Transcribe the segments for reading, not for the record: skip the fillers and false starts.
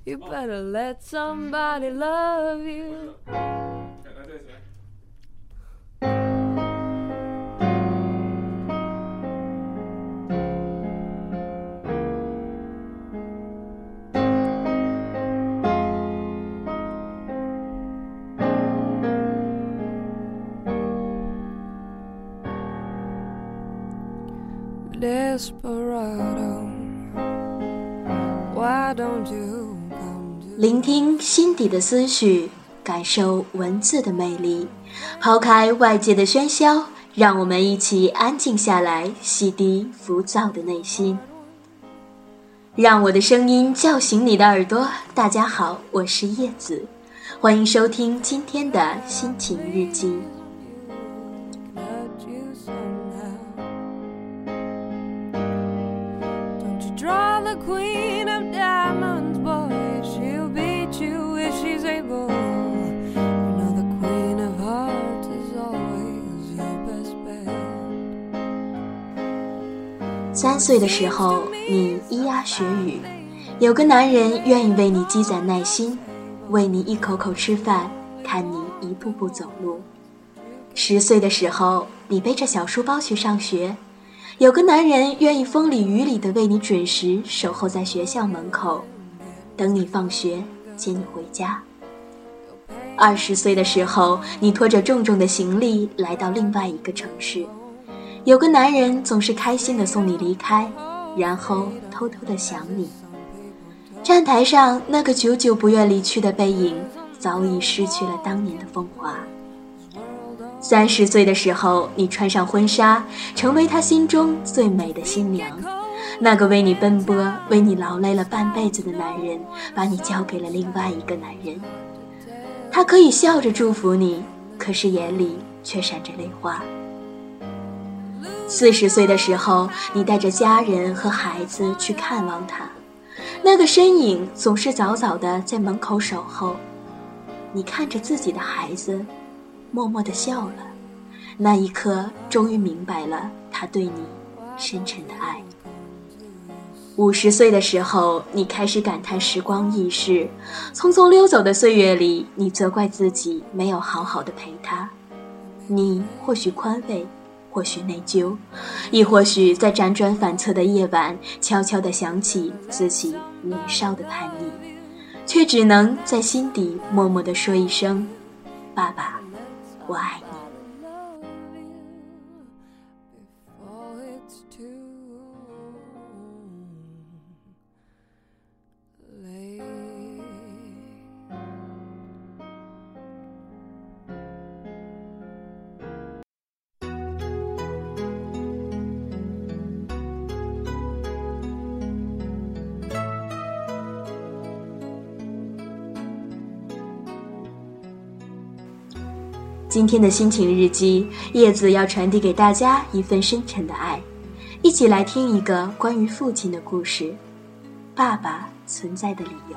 You better let somebody love you. Desperado, why don't you come to 聆听心底的思绪，感受文字的魅力，抛开外界的喧嚣，让我们一起安静下来，洗涤浮躁的内心。让我的声音叫醒你的耳朵。大家好，我是叶子，欢迎收听今天的心情日记。 Draw the queen of diamonds, boy, she'll beat you if she's able. You know the queen of hearts is always your best bet. 3岁的时候，你咿呀学语，有个男人愿意为你积攒耐心，喂你一口口吃饭，看你一步步走路。10岁的时候，你背着小书包去上学，有个男人愿意风里雨里的为你准时守候在学校门口，等你放学接你回家。20岁的时候，你拖着重重的行李来到另外一个城市，有个男人总是开心地送你离开，然后偷偷地想你。站台上那个久久不愿离去的背影，早已失去了当年的风华。30岁的时候，你穿上婚纱，成为他心中最美的新娘。那个为你奔波、为你劳累了半辈子的男人，把你交给了另外一个男人。他可以笑着祝福你，可是眼里却闪着泪花。40岁的时候，你带着家人和孩子去看望他，那个身影总是早早地在门口守候。你看着自己的孩子，默默地笑了，那一刻终于明白了他对你深沉的爱。50岁的时候，你开始感叹时光易逝，匆匆溜走的岁月里，你责怪自己没有好好的陪他。你或许宽慰，或许内疚，亦或许在辗转反侧的夜晚，悄悄地想起自己年少的叛逆，却只能在心底默默地说一声：爸爸，我爱你。今天的心情日记，叶子要传递给大家一份深沉的爱，一起来听一个关于父亲的故事，爸爸存在的理由。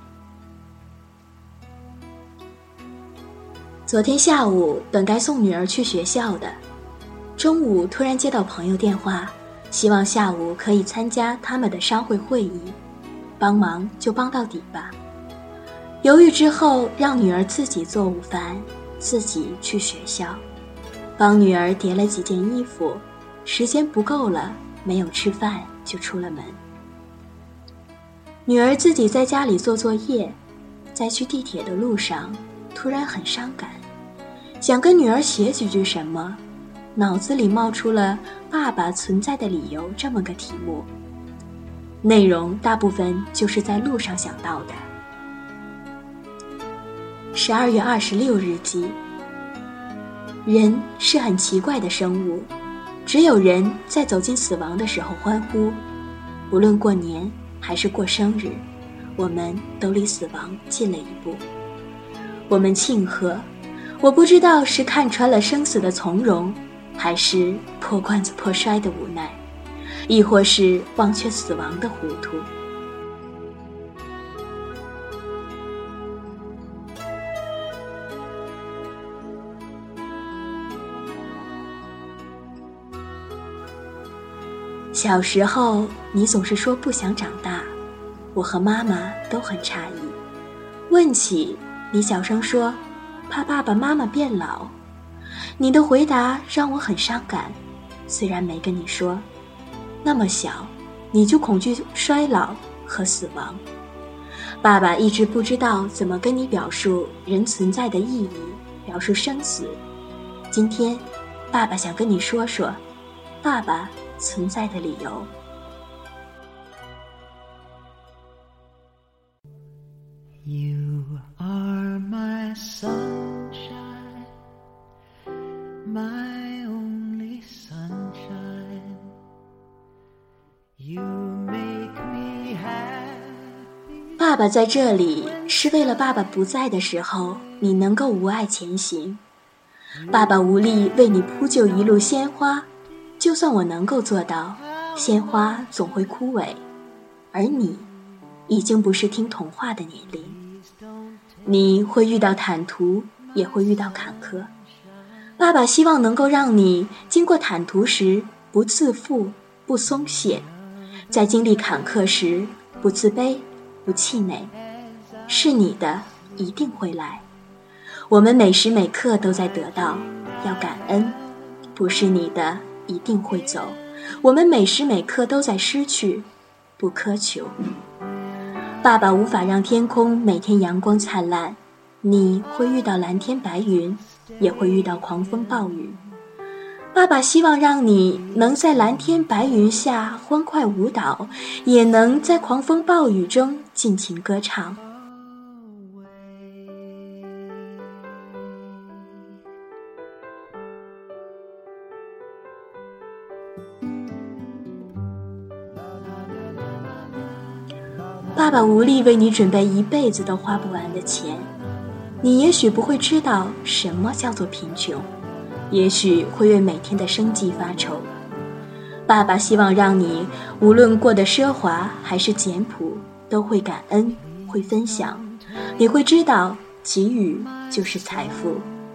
昨天下午本该送女儿去学校的，中午突然接到朋友电话，希望下午可以参加他们的商会会议，帮忙就帮到底吧。犹豫之后，让女儿自己做午饭，自己去学校，帮女儿叠了几件衣服，时间不够了，没有吃饭就出了门。女儿自己在家里做作业，在去地铁的路上突然很伤感，想跟女儿写几句什么，脑子里冒出了爸爸存在的理由这么个题目，内容大部分就是在路上想到的。12月26日记，人是很奇怪的生物，只有人在走进死亡的时候欢呼，无论过年还是过生日，我们都离死亡近了一步。我们庆贺，我不知道是看穿了生死的从容，还是破罐子破摔的无奈，亦或是忘却死亡的糊涂。小时候，你总是说不想长大，我和妈妈都很诧异。问起，你小声说，怕爸爸妈妈变老。你的回答让我很伤感，虽然没跟你说，那么小，你就恐惧衰老和死亡。爸爸一直不知道怎么跟你表述人存在的意义，表述生死。今天，爸爸想跟你说说，爸爸存在的理由。 You are my sunshine, my only sunshine. You make me happy. 爸爸在这里是为了爸爸不在的时候，你能够无碍前行。爸爸无力为你铺就一路鲜花，就算我能够做到，鲜花总会枯萎，而你已经不是听童话的年龄。你会遇到坦途，也会遇到坎坷。爸爸希望能够让你经过坦途时不自负，不松懈，在经历坎坷时不自卑，不气馁。是你的一定会来，我们每时每刻都在得到，要感恩。不是你的一定会走，我们每时每刻都在失去，不苛求。爸爸无法让天空每天阳光灿烂，你会遇到蓝天白云，也会遇到狂风暴雨。爸爸希望让你能在蓝天白云下欢快舞蹈，也能在狂风暴雨中尽情歌唱。爸爸无力为你准备一辈子都花不完的钱，你也许不会知道什么叫做贫穷，也许会为每天的生计发愁。爸爸希望让你无论过得奢华还是简朴，都会感恩，会分享。你会知道，给予就是财富。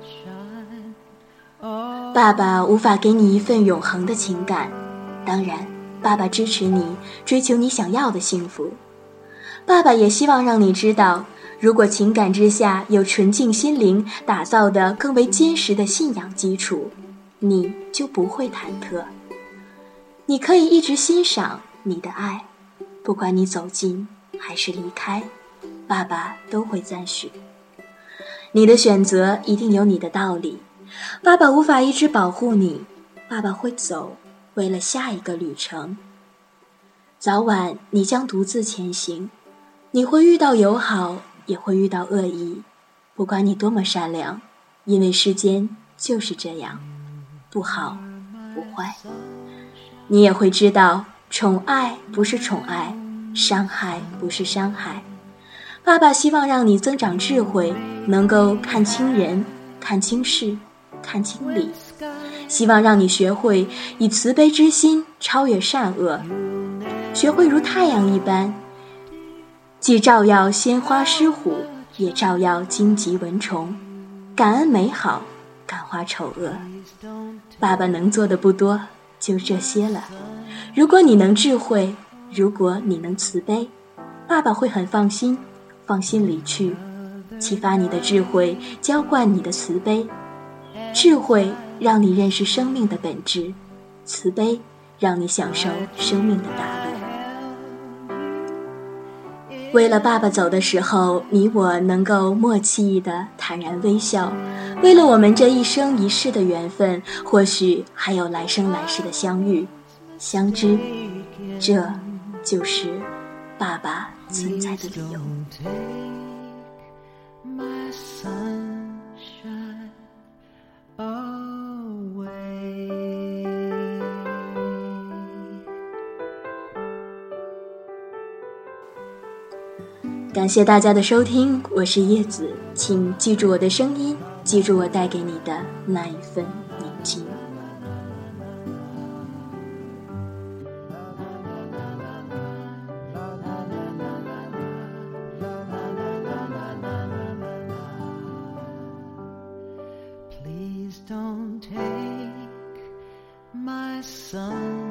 爸爸无法给你一份永恒的情感，当然，爸爸支持你追求你想要的幸福。爸爸也希望让你知道，如果情感之下有纯净心灵打造的更为坚实的信仰基础，你就不会忐忑。你可以一直欣赏你的爱，不管你走近还是离开，爸爸都会赞许。你的选择一定有你的道理，爸爸无法一直保护你，爸爸会走，为了下一个旅程。早晚你将独自前行，你会遇到友好，也会遇到恶意，不管你多么善良，因为世间就是这样，不好不坏。你也会知道，宠爱不是宠爱，伤害不是伤害。爸爸希望让你增长智慧，能够看清人，看清事，看清理。希望让你学会以慈悲之心超越善恶，学会如太阳一般，既照耀鲜花狮虎，也照耀荆棘蚊虫，感恩美好，感化丑恶。爸爸能做的不多，就这些了。如果你能智慧，如果你能慈悲，爸爸会很放心，放心离去。启发你的智慧，浇灌你的慈悲。智慧让你认识生命的本质，慈悲让你享受生命的大乐。为了爸爸走的时候，你我能够默契地坦然微笑，为了我们这一生一世的缘分，或许还有来生来世的相遇相知，这就是爸爸存在的理由。感谢大家的收听，我是叶子，请记住我的声音，记住我带给你的那一份宁静。 Please don't take my son.